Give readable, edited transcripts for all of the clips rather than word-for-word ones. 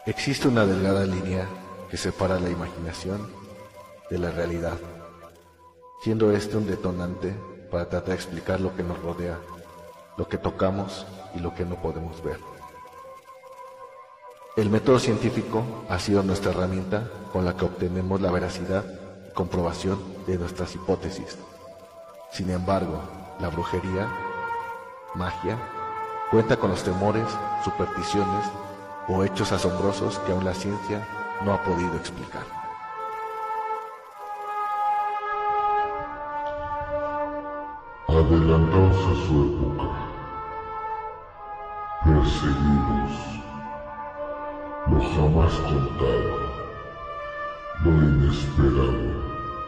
Existe una delgada línea que separa la imaginación de la realidad, siendo este un detonante para tratar de explicar lo que nos rodea, lo que tocamos y lo que no podemos ver. El método científico ha sido nuestra herramienta con la que obtenemos la veracidad y comprobación de nuestras hipótesis. Sin embargo, la brujería, magia, cuenta con los temores, supersticiones o hechos asombrosos que aún la ciencia no ha podido explicar. Adelantados a su época, perseguidos, lo jamás contado, lo inesperado.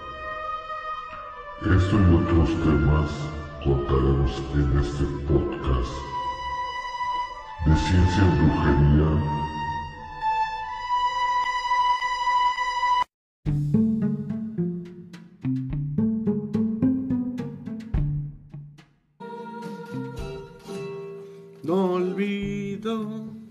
Esto y otros temas contaremos en este podcast de ciencia y brujería. No olvido.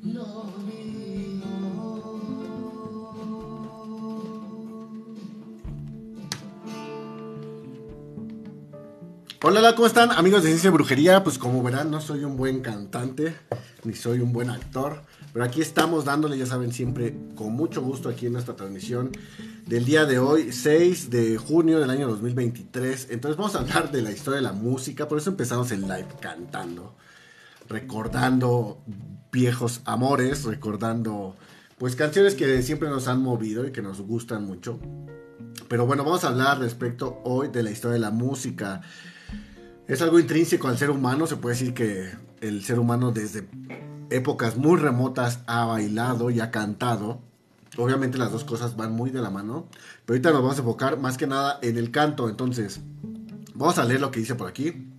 Hola, ¿cómo están, amigos de Ciencia y Brujería? Pues como verán, no soy un buen cantante, ni soy un buen actor, pero aquí estamos dándole, ya saben, siempre con mucho gusto aquí en nuestra transmisión del día de hoy, 6 de junio del año 2023. Entonces vamos a hablar de la historia de la música, por eso empezamos el live cantando, recordando viejos amores, recordando pues canciones que siempre nos han movido y que nos gustan mucho. Pero bueno, vamos a hablar respecto hoy de la historia de la música. Es algo intrínseco al ser humano, se puede decir que el ser humano desde épocas muy remotas ha bailado y ha cantado. Obviamente las dos cosas van muy de la mano, pero ahorita nos vamos a enfocar más que nada en el canto. Entonces, vamos a leer lo que dice por aquí.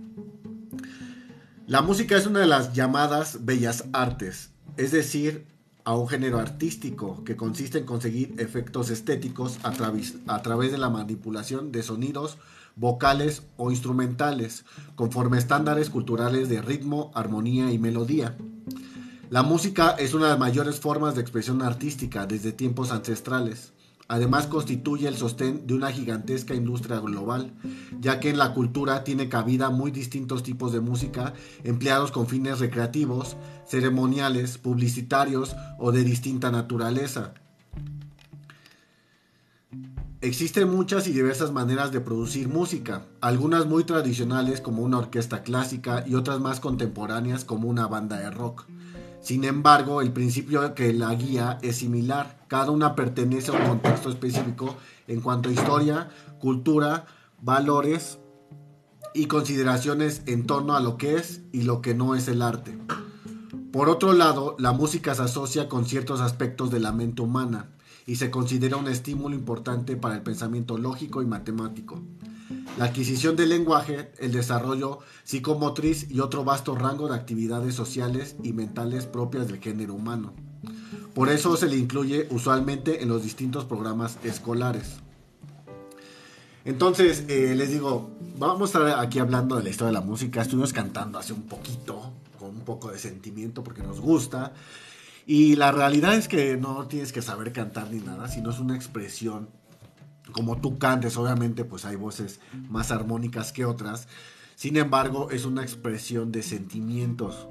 La música es una de las llamadas bellas artes, es decir, a un género artístico que consiste en conseguir efectos estéticos a través de la manipulación de sonidos vocales o instrumentales, conforme a estándares culturales de ritmo, armonía y melodía. La música es una de las mayores formas de expresión artística desde tiempos ancestrales. Además constituye el sostén de una gigantesca industria global, ya que en la cultura tiene cabida muy distintos tipos de música empleados con fines recreativos, ceremoniales, publicitarios o de distinta naturaleza. Existen muchas y diversas maneras de producir música, algunas muy tradicionales como una orquesta clásica y otras más contemporáneas como una banda de rock. Sin embargo, el principio que la guía es similar, cada una pertenece a un contexto específico en cuanto a historia, cultura, valores y consideraciones en torno a lo que es y lo que no es el arte. Por otro lado, la música se asocia con ciertos aspectos de la mente humana y se considera un estímulo importante para el pensamiento lógico y matemático, la adquisición del lenguaje, el desarrollo psicomotriz y otro vasto rango de actividades sociales y mentales propias del género humano. Por eso se le incluye usualmente en los distintos programas escolares. Entonces, les digo, vamos a estar aquí hablando de la historia de la música. Estuvimos cantando hace un poquito, con un poco de sentimiento porque nos gusta. Y la realidad es que no tienes que saber cantar ni nada, sino es una expresión. Como tú cantes, obviamente, pues hay voces más armónicas que otras. Sin embargo, es una expresión de sentimientos.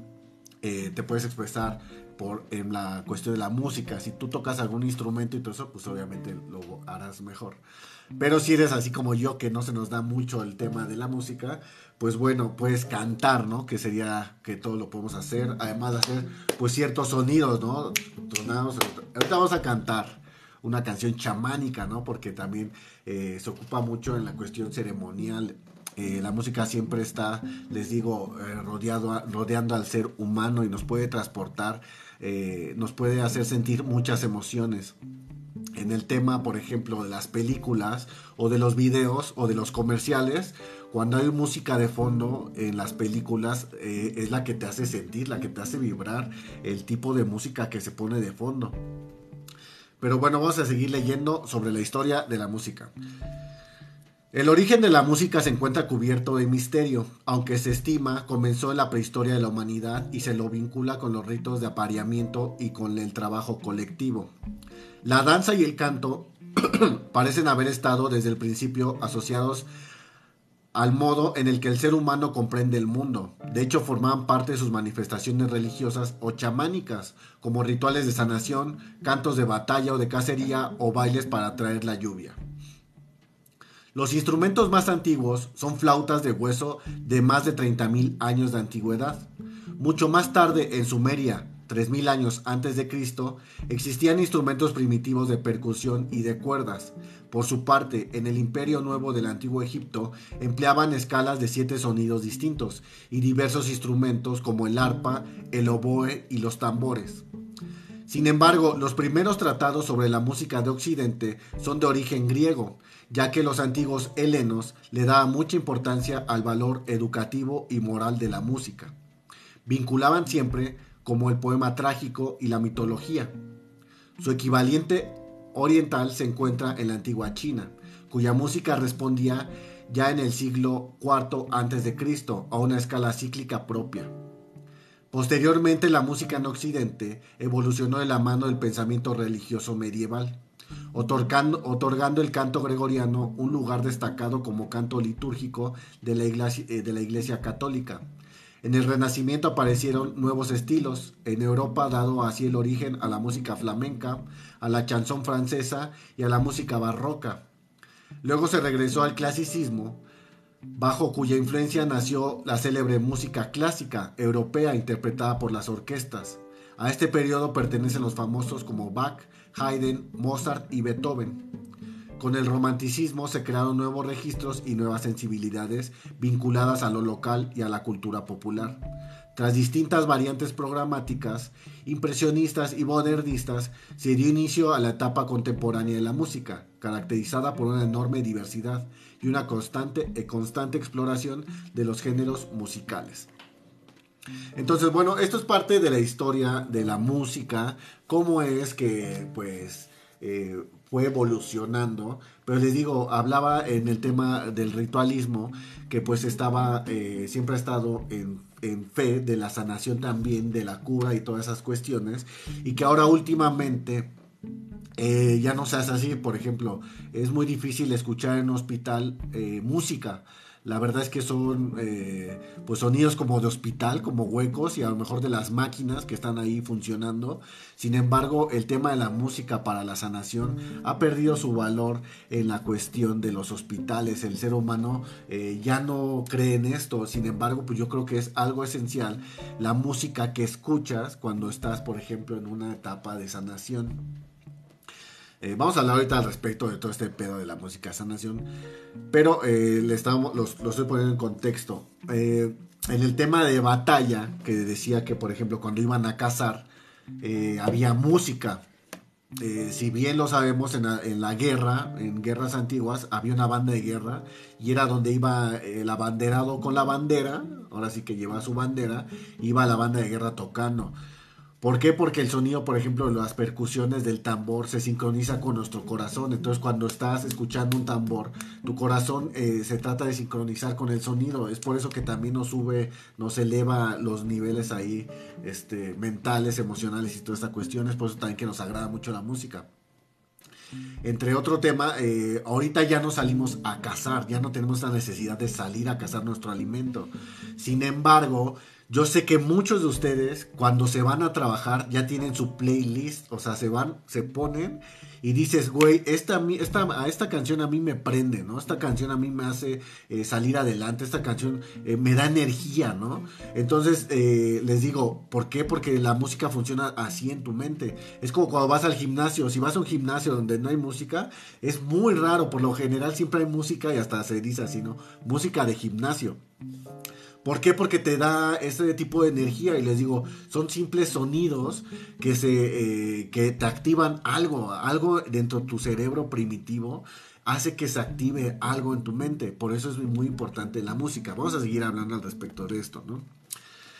Te puedes expresar en la cuestión de la música. Si tú tocas algún instrumento y todo eso, pues obviamente lo harás mejor. Pero si eres así como yo, que no se nos da mucho el tema de la música, pues bueno, puedes cantar, ¿no? Que sería que todo lo podemos hacer. Además de hacer, pues ciertos sonidos, ¿no? Ahorita vamos a cantar una canción chamánica, ¿no? Porque también se ocupa mucho en la cuestión ceremonial. La música siempre está, les digo, rodeando al ser humano y nos puede transportar, nos puede hacer sentir muchas emociones. En el tema, por ejemplo, de las películas o de los videos o de los comerciales, cuando hay música de fondo en las películas, es la que te hace sentir, la que te hace vibrar el tipo de música que se pone de fondo. Pero bueno, vamos a seguir leyendo sobre la historia de la música. El origen de la música se encuentra cubierto de misterio, aunque se estima comenzó en la prehistoria de la humanidad y se lo vincula con los ritos de apareamiento y con el trabajo colectivo. La danza y el canto parecen haber estado desde el principio asociados al modo en el que el ser humano comprende el mundo. De hecho, formaban parte de sus manifestaciones religiosas o chamánicas, como rituales de sanación, cantos de batalla o de cacería o bailes para atraer la lluvia. Los instrumentos más antiguos son flautas de hueso de más de 30.000 años de antigüedad. Mucho más tarde, en Sumeria, 3.000 años antes de Cristo, existían instrumentos primitivos de percusión y de cuerdas. Por su parte, en el Imperio Nuevo del Antiguo Egipto, empleaban escalas de 7 sonidos distintos y diversos instrumentos como el arpa, el oboe y los tambores. Sin embargo, los primeros tratados sobre la música de Occidente son de origen griego, ya que los antiguos helenos le daban mucha importancia al valor educativo y moral de la música. Vinculaban siempre como el poema trágico y la mitología. Su equivalente oriental se encuentra en la antigua China, cuya música respondía ya en el siglo IV a.C. a una escala cíclica propia. Posteriormente, la música en Occidente evolucionó de la mano del pensamiento religioso medieval, otorgando el canto gregoriano un lugar destacado como canto litúrgico de la Iglesia Católica. En el Renacimiento aparecieron nuevos estilos en Europa, dado así el origen a la música flamenca, a la chanson francesa y a la música barroca. Luego se regresó al clasicismo, bajo cuya influencia nació la célebre música clásica europea interpretada por las orquestas. A este periodo pertenecen los famosos como Bach, Haydn, Mozart y Beethoven. Con el romanticismo se crearon nuevos registros y nuevas sensibilidades vinculadas a lo local y a la cultura popular. Tras distintas variantes programáticas, impresionistas y modernistas, se dio inicio a la etapa contemporánea de la música, caracterizada por una enorme diversidad y una constante exploración de los géneros musicales. Entonces, bueno, esto es parte de la historia de la música, cómo es que, fue evolucionando, pero les digo, hablaba en el tema del ritualismo, que pues siempre ha estado en fe de la sanación también, de la cura y todas esas cuestiones, y que ahora últimamente ya no se hace así. Por ejemplo, es muy difícil escuchar en un hospital música. La verdad es que son pues sonidos como de hospital, como huecos y a lo mejor de las máquinas que están ahí funcionando. Sin embargo, el tema de la música para la sanación ha perdido su valor en la cuestión de los hospitales. El ser humano ya no cree en esto. Sin embargo, pues yo creo que es algo esencial la música que escuchas cuando estás, por ejemplo, en una etapa de sanación. Vamos a hablar ahorita al respecto de todo este pedo de la música de sanación, pero lo estoy poniendo en contexto. En el tema de batalla, que decía que, por ejemplo, cuando iban a cazar, había música. Si bien lo sabemos, en la guerra, en guerras antiguas, había una banda de guerra y era donde iba el abanderado con la bandera. Ahora sí que lleva su bandera, iba la banda de guerra tocando. ¿Por qué? Porque el sonido, por ejemplo, de las percusiones del tambor se sincroniza con nuestro corazón. Entonces, cuando estás escuchando un tambor, tu corazón se trata de sincronizar con el sonido. Es por eso que también nos eleva los niveles ahí, mentales, emocionales y toda esta cuestión. Es por eso también que nos agrada mucho la música. Entre otro tema, ahorita ya no salimos a cazar, ya no tenemos la necesidad de salir a cazar nuestro alimento. Sin embargo, yo sé que muchos de ustedes, cuando se van a trabajar, ya tienen su playlist, o sea, se ponen y dices, güey, esta canción a mí me prende, ¿no? Esta canción a mí me hace salir adelante, esta canción me da energía, ¿no? Entonces, les digo, ¿por qué? Porque la música funciona así en tu mente. Es como cuando vas al gimnasio. Si vas a un gimnasio donde no hay música, es muy raro. Por lo general siempre hay música y hasta se dice así, ¿no? Música de gimnasio. ¿Por qué? Porque te da ese tipo de energía y les digo, son simples sonidos que te activan algo dentro de tu cerebro primitivo, hace que se active algo en tu mente. Por eso es muy importante la música. Vamos a seguir hablando al respecto de esto, ¿no?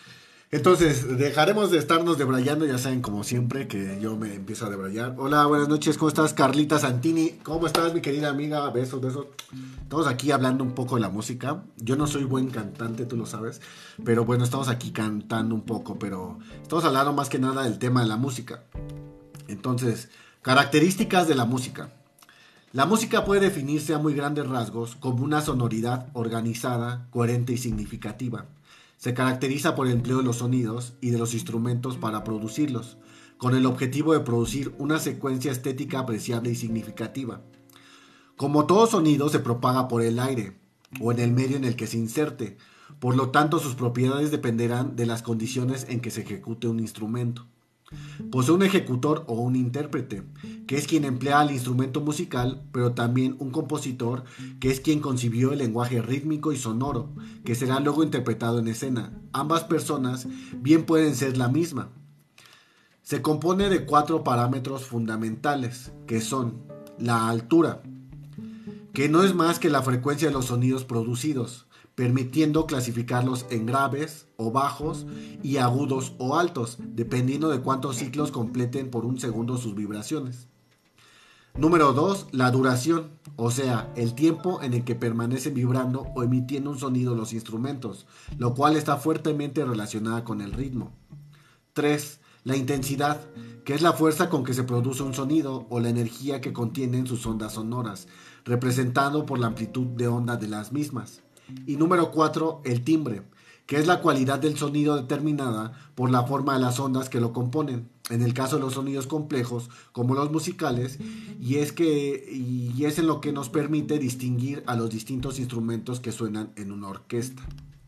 Entonces, dejaremos de estarnos debrayando, ya saben, como siempre, que yo me empiezo a debrayar. Hola, buenas noches, ¿cómo estás, Carlita Santini? ¿Cómo estás, mi querida amiga? Besos, besos. Estamos aquí hablando un poco de la música. Yo no soy buen cantante, tú lo sabes, pero bueno, estamos aquí cantando un poco, pero estamos hablando más que nada del tema de la música. Entonces, características de la música. La música puede definirse a muy grandes rasgos como una sonoridad organizada, coherente y significativa. Se caracteriza por el empleo de los sonidos y de los instrumentos para producirlos, con el objetivo de producir una secuencia estética apreciable y significativa. Como todo sonido se propaga por el aire o en el medio en el que se inserte, por lo tanto sus propiedades dependerán de las condiciones en que se ejecute un instrumento. Posee un ejecutor o un intérprete, que es quien emplea el instrumento musical, pero también un compositor, que es quien concibió el lenguaje rítmico y sonoro, que será luego interpretado en escena. Ambas personas bien pueden ser la misma. Se compone de 4 parámetros fundamentales, que son la altura, que no es más que la frecuencia de los sonidos producidos, permitiendo clasificarlos en graves o bajos y agudos o altos, dependiendo de cuántos ciclos completen por un segundo sus vibraciones. Número 2, la duración, o sea, el tiempo en el que permanecen vibrando o emitiendo un sonido los instrumentos, lo cual está fuertemente relacionada con el ritmo. 3, la intensidad, que es la fuerza con que se produce un sonido o la energía que contienen sus ondas sonoras, representado por la amplitud de onda de las mismas. Y número 4, el timbre, que es la cualidad del sonido determinada por la forma de las ondas que lo componen. En el caso de los sonidos complejos, como los musicales, y es en lo que nos permite distinguir a los distintos instrumentos que suenan en una orquesta.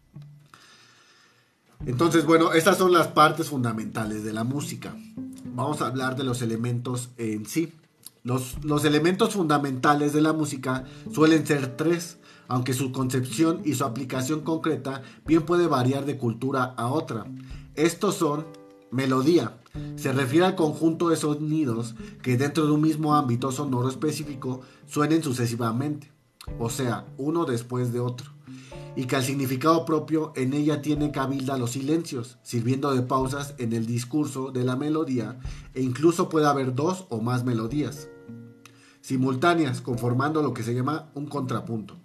Entonces, bueno, estas son las partes fundamentales de la música. Vamos a hablar de los elementos en sí. Los elementos fundamentales de la música suelen ser 3, aunque su concepción y su aplicación concreta bien puede variar de cultura a otra. Estos son melodía. Se refiere al conjunto de sonidos que dentro de un mismo ámbito sonoro específico suenen sucesivamente, o sea, uno después de otro, y que al significado propio en ella tiene cabida los silencios, sirviendo de pausas en el discurso de la melodía, e incluso puede haber 2 o más melodías simultáneas, conformando lo que se llama un contrapunto.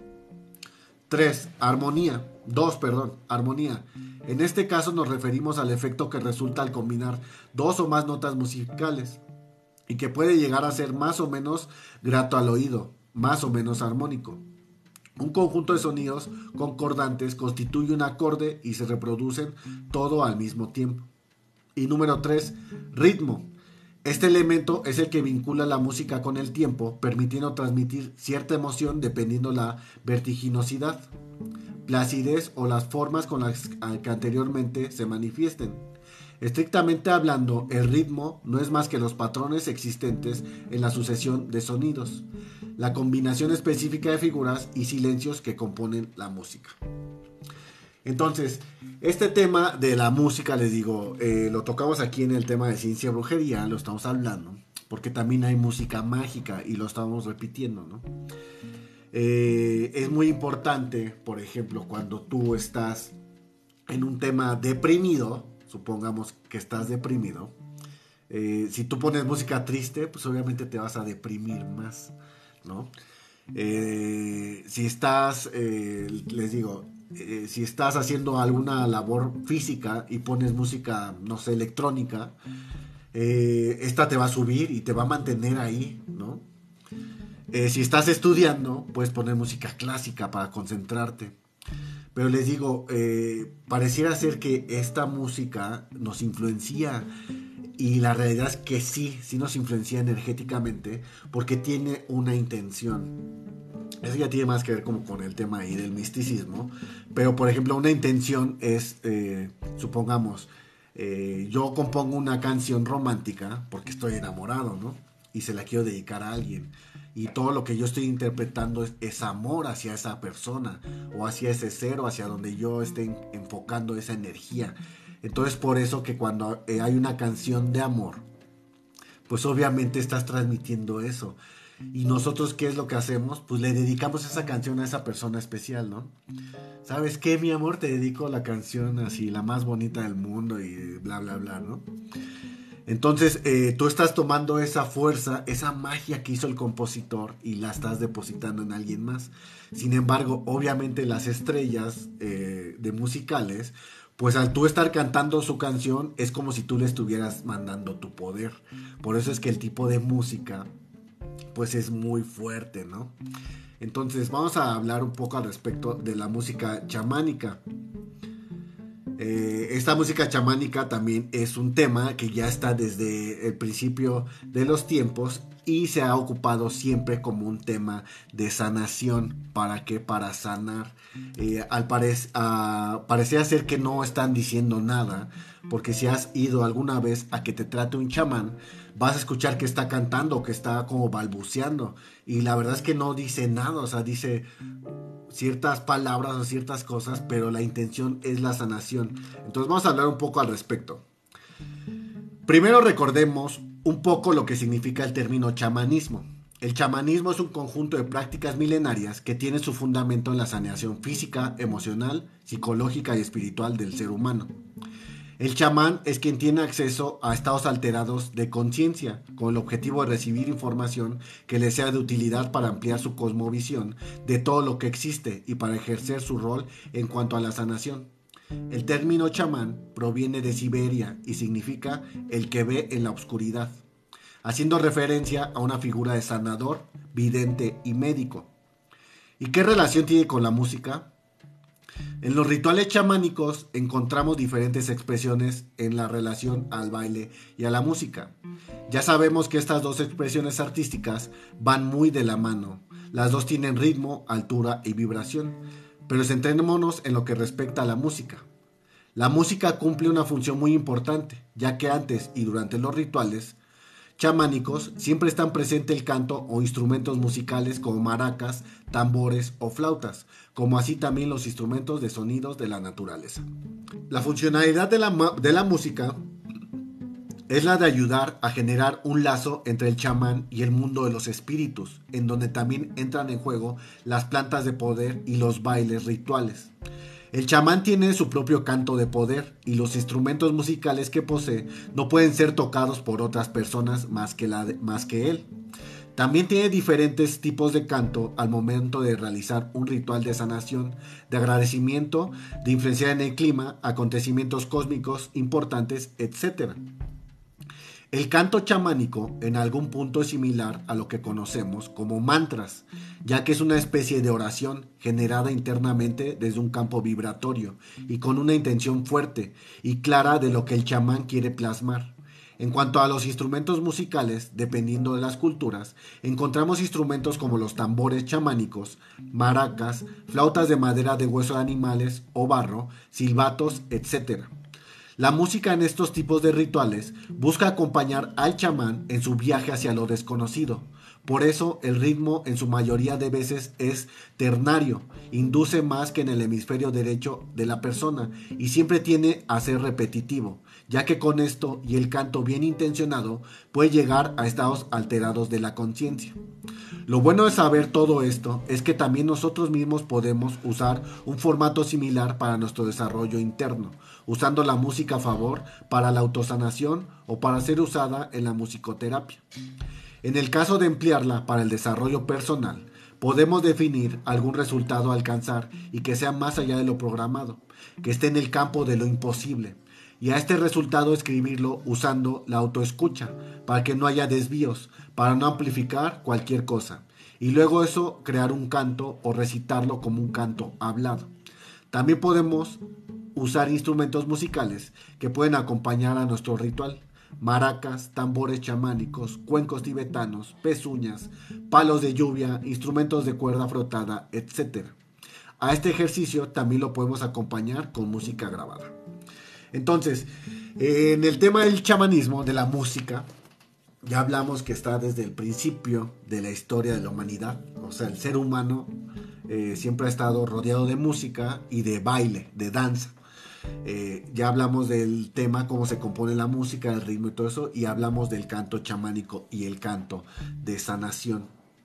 2, armonía. En este caso nos referimos al efecto que resulta al combinar 2 o más notas musicales y que puede llegar a ser más o menos grato al oído, más o menos armónico. Un conjunto de sonidos concordantes constituye un acorde y se reproducen todo al mismo tiempo. Y número 3, ritmo. Este elemento es el que vincula la música con el tiempo, permitiendo transmitir cierta emoción dependiendo la vertiginosidad, placidez o las formas con las que anteriormente se manifiesten. Estrictamente hablando, el ritmo no es más que los patrones existentes en la sucesión de sonidos, la combinación específica de figuras y silencios que componen la música. Entonces, este tema de la música, les digo, lo tocamos aquí en el tema de ciencia y brujería, lo estamos hablando, porque también hay música mágica y lo estamos repitiendo, ¿no? Es muy importante, por ejemplo, cuando tú estás en un tema deprimido, supongamos que estás deprimido, si tú pones música triste, pues obviamente te vas a deprimir más, ¿no? Si estás, les digo, si estás haciendo alguna labor física y pones música, no sé, electrónica, esta te va a subir y te va a mantener ahí, ¿no? Si estás estudiando, puedes poner música clásica para concentrarte. Pero les digo, pareciera ser que esta música nos influencia, y la realidad es que sí nos influencia energéticamente porque tiene una intención. Eso ya tiene más que ver como con el tema ahí del misticismo. Pero por ejemplo, una intención es, supongamos, yo compongo una canción romántica porque estoy enamorado, ¿no? Y se la quiero dedicar a alguien. Y todo lo que yo estoy interpretando es amor hacia esa persona, o hacia ese ser, o hacia donde yo esté enfocando esa energía. Entonces por eso que cuando hay una canción de amor, pues obviamente estás transmitiendo eso. Y nosotros, ¿qué es lo que hacemos? Pues le dedicamos esa canción a esa persona especial, ¿no? ¿Sabes qué, mi amor? Te dedico la canción así, la más bonita del mundo y bla, bla, bla, ¿no? Entonces, tú estás tomando esa fuerza, esa magia que hizo el compositor y la estás depositando en alguien más. Sin embargo, obviamente las estrellas de musicales, pues al tú estar cantando su canción, es como si tú le estuvieras mandando tu poder. Por eso es que el tipo de música, pues es muy fuerte, ¿no? Entonces, vamos a hablar un poco al respecto de la música chamánica. Esta música chamánica también es un tema que ya está desde el principio de los tiempos y se ha ocupado siempre como un tema de sanación. ¿Para qué? Para sanar. Parecía ser que no están diciendo nada, porque si has ido alguna vez a que te trate un chamán, vas a escuchar que está cantando, que está como balbuceando, y la verdad es que no dice nada, o sea, dice ciertas palabras o ciertas cosas, pero la intención es la sanación. Entonces vamos a hablar un poco al respecto. Primero recordemos un poco lo que significa el término chamanismo. El chamanismo es un conjunto de prácticas milenarias que tiene su fundamento en la sanación física, emocional, psicológica y espiritual del ser humano. El chamán es quien tiene acceso a estados alterados de conciencia, con el objetivo de recibir información que le sea de utilidad para ampliar su cosmovisión de todo lo que existe y para ejercer su rol en cuanto a la sanación. El término chamán proviene de Siberia y significa el que ve en la oscuridad, haciendo referencia a una figura de sanador, vidente y médico. ¿Y qué relación tiene con la música? En los rituales chamánicos encontramos diferentes expresiones en la relación al baile y a la música. Ya sabemos que estas dos expresiones artísticas van muy de la mano. Las dos tienen ritmo, altura y vibración. Pero centrémonos en lo que respecta a la música. La música cumple una función muy importante, ya que antes y durante los rituales chamánicos siempre están presentes el canto o instrumentos musicales como maracas, tambores o flautas, como así también los instrumentos de sonidos de la naturaleza. La funcionalidad de la música es la de ayudar a generar un lazo entre el chamán y el mundo de los espíritus, en donde también entran en juego las plantas de poder y los bailes rituales. El chamán tiene su propio canto de poder y los instrumentos musicales que posee no pueden ser tocados por otras personas más que él. También tiene diferentes tipos de canto al momento de realizar un ritual de sanación, de agradecimiento, de influenciar en el clima, acontecimientos cósmicos importantes, etc. El canto chamánico en algún punto es similar a lo que conocemos como mantras, ya que es una especie de oración generada internamente desde un campo vibratorio y con una intención fuerte y clara de lo que el chamán quiere plasmar. En cuanto a los instrumentos musicales, dependiendo de las culturas, encontramos instrumentos como los tambores chamánicos, maracas, flautas de madera de hueso de animales o barro, silbatos, etc. La música en estos tipos de rituales busca acompañar al chamán en su viaje hacia lo desconocido. Por eso el ritmo en su mayoría de veces es ternario, induce más que en el hemisferio derecho de la persona y siempre tiende a ser repetitivo, ya que con esto y el canto bien intencionado puede llegar a estados alterados de la conciencia. Lo bueno de saber todo esto es que también nosotros mismos podemos usar un formato similar para nuestro desarrollo interno, usando la música a favor para la autosanación o para ser usada en la musicoterapia. En el caso de emplearla para el desarrollo personal, podemos definir algún resultado a alcanzar y que sea más allá de lo programado, que esté en el campo de lo imposible, y a este resultado escribirlo usando la autoescucha, para que no haya desvíos, para no amplificar cualquier cosa, y luego eso crear un canto o recitarlo como un canto hablado. También podemos usar instrumentos musicales que pueden acompañar a nuestro ritual. Maracas, tambores chamánicos, cuencos tibetanos, pezuñas, palos de lluvia, instrumentos de cuerda frotada, etc. A este ejercicio también lo podemos acompañar con música grabada. Entonces, en el tema del chamanismo, de la música, ya hablamos que está desde el principio de la historia de la humanidad. O sea, el ser humano siempre ha estado rodeado de música y de baile, de danza. Ya hablamos del tema, cómo se compone la música, el ritmo y todo eso, y hablamos del canto chamánico y el canto de sanación.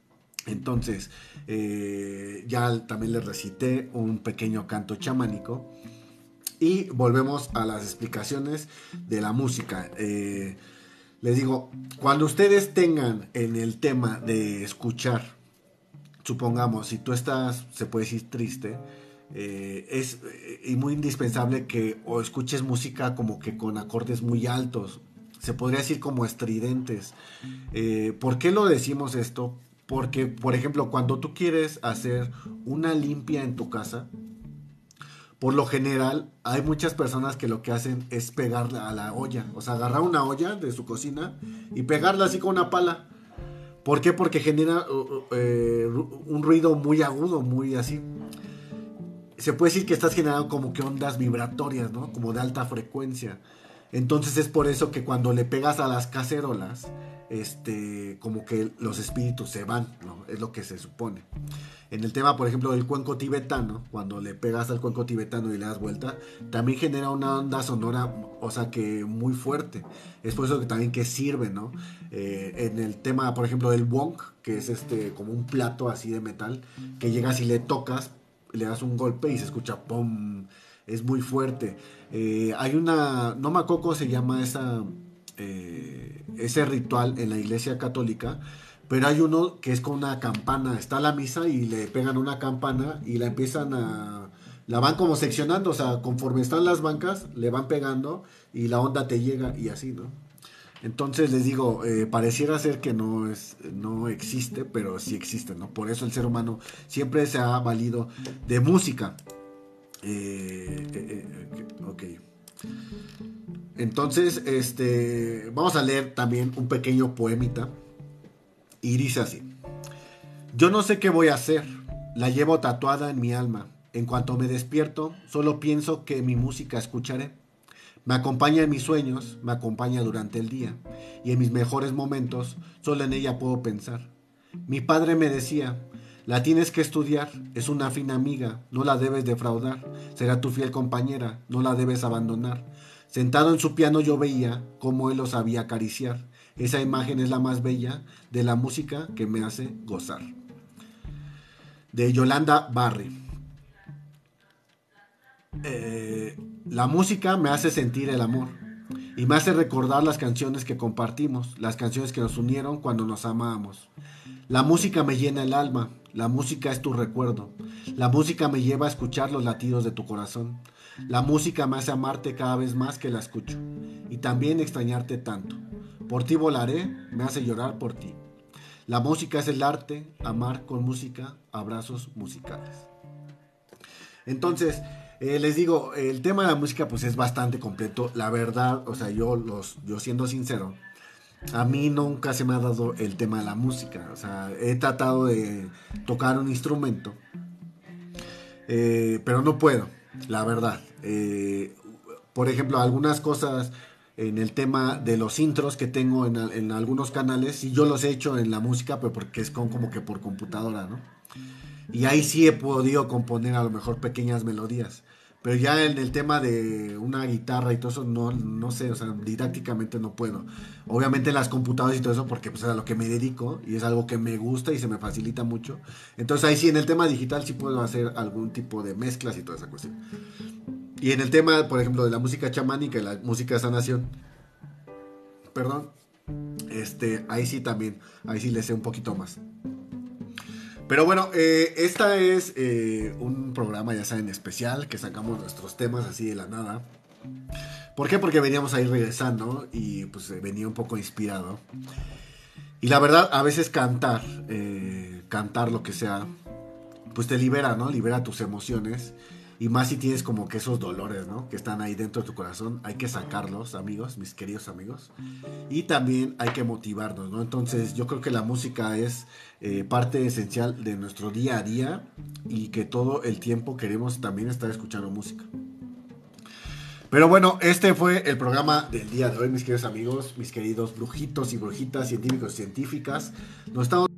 Entonces, ya también les recité un pequeño canto chamánico. Y volvemos a las explicaciones de la música. Les digo, cuando ustedes tengan en el tema de escuchar, supongamos, si tú estás, se puede decir triste, es y muy indispensable que o escuches música como que con acordes muy altos, se podría decir como estridentes. ¿Por qué lo decimos esto? Porque, por ejemplo, cuando tú quieres hacer una limpia en tu casa, por lo general, hay muchas personas que lo que hacen es pegarla a la olla. O sea, agarrar una olla de su cocina y pegarla así con una pala. ¿Por qué? Porque genera un ruido muy agudo, muy así. Se puede decir que estás generando como que ondas vibratorias, ¿no? Como de alta frecuencia. Entonces es por eso que cuando le pegas a las cacerolas, como que los espíritus se van, ¿no? Es lo que se supone. En el tema, por ejemplo, del cuenco tibetano, cuando le pegas al cuenco tibetano y le das vuelta, también genera una onda sonora, o sea, que muy fuerte. Es por eso que también que sirve, ¿no? En el tema, por ejemplo, del wong, que es como un plato así de metal, que llegas y le tocas, le das un golpe y se escucha ¡pum! Es muy fuerte. Hay una, no me acuerdo cómo se llama ese ritual en la iglesia católica, pero hay uno que es con una campana. Está la misa y le pegan una campana y la empiezan a... La van como seccionando, o sea, conforme están las bancas, le van pegando y la onda te llega y así, ¿no? Entonces les digo, pareciera ser que no existe, pero sí existe, ¿no? Por eso el ser humano siempre se ha valido de música. Ok. Entonces, vamos a leer también un pequeño poemita. Y dice así. Yo no sé qué voy a hacer. La llevo tatuada en mi alma. En cuanto me despierto, solo pienso que mi música escucharé. Me acompaña en mis sueños, me acompaña durante el día. Y en mis mejores momentos, solo en ella puedo pensar. Mi padre me decía, la tienes que estudiar, es una fina amiga, no la debes defraudar, será tu fiel compañera, no la debes abandonar. Sentado en su piano yo veía cómo él lo sabía acariciar. Esa imagen es la más bella de la música que me hace gozar. De Yolanda Barry. La música me hace sentir el amor y me hace recordar las canciones que compartimos, las canciones que nos unieron cuando nos amábamos. La música me llena el alma, la música es tu recuerdo, la música me lleva a escuchar los latidos de tu corazón, la música me hace amarte cada vez más que la escucho y también extrañarte tanto. Por ti volaré, me hace llorar por ti. La música es el arte, amar con música, abrazos musicales. Entonces, les digo, el tema de la música pues es bastante completo. La verdad, o sea, yo siendo sincero, a mí nunca se me ha dado el tema de la música. O sea, he tratado de tocar un instrumento, pero no puedo, la verdad. Por ejemplo, algunas cosas en el tema de los intros que tengo en algunos canales, y yo los he hecho en la música, pero porque es como que por computadora, ¿no? Y ahí sí he podido componer a lo mejor pequeñas melodías. Pero ya en el tema de una guitarra y todo eso, no sé, o sea, didácticamente no puedo. Obviamente en las computadoras y todo eso, porque pues es a lo que me dedico y es algo que me gusta y se me facilita mucho. Entonces ahí sí, en el tema digital sí puedo hacer algún tipo de mezclas y toda esa cuestión. Y en el tema, por ejemplo, de la música chamánica y la música de sanación, perdón, ahí sí también, ahí sí le sé un poquito más. Pero bueno, esta es un programa, ya saben, especial, que sacamos nuestros temas así de la nada. ¿Por qué? Porque veníamos ahí regresando y pues venía un poco inspirado. Y la verdad, a veces cantar lo que sea, pues te libera, ¿no? Libera tus emociones. Y más si tienes como que esos dolores, ¿no? Que están ahí dentro de tu corazón. Hay que sacarlos, amigos, mis queridos amigos. Y también hay que motivarnos, ¿no? Entonces yo creo que la música es parte esencial de nuestro día a día. Y que todo el tiempo queremos también estar escuchando música. Pero bueno, este fue el programa del día de hoy, mis queridos amigos, mis queridos brujitos y brujitas, científicos y científicas. Nos estamos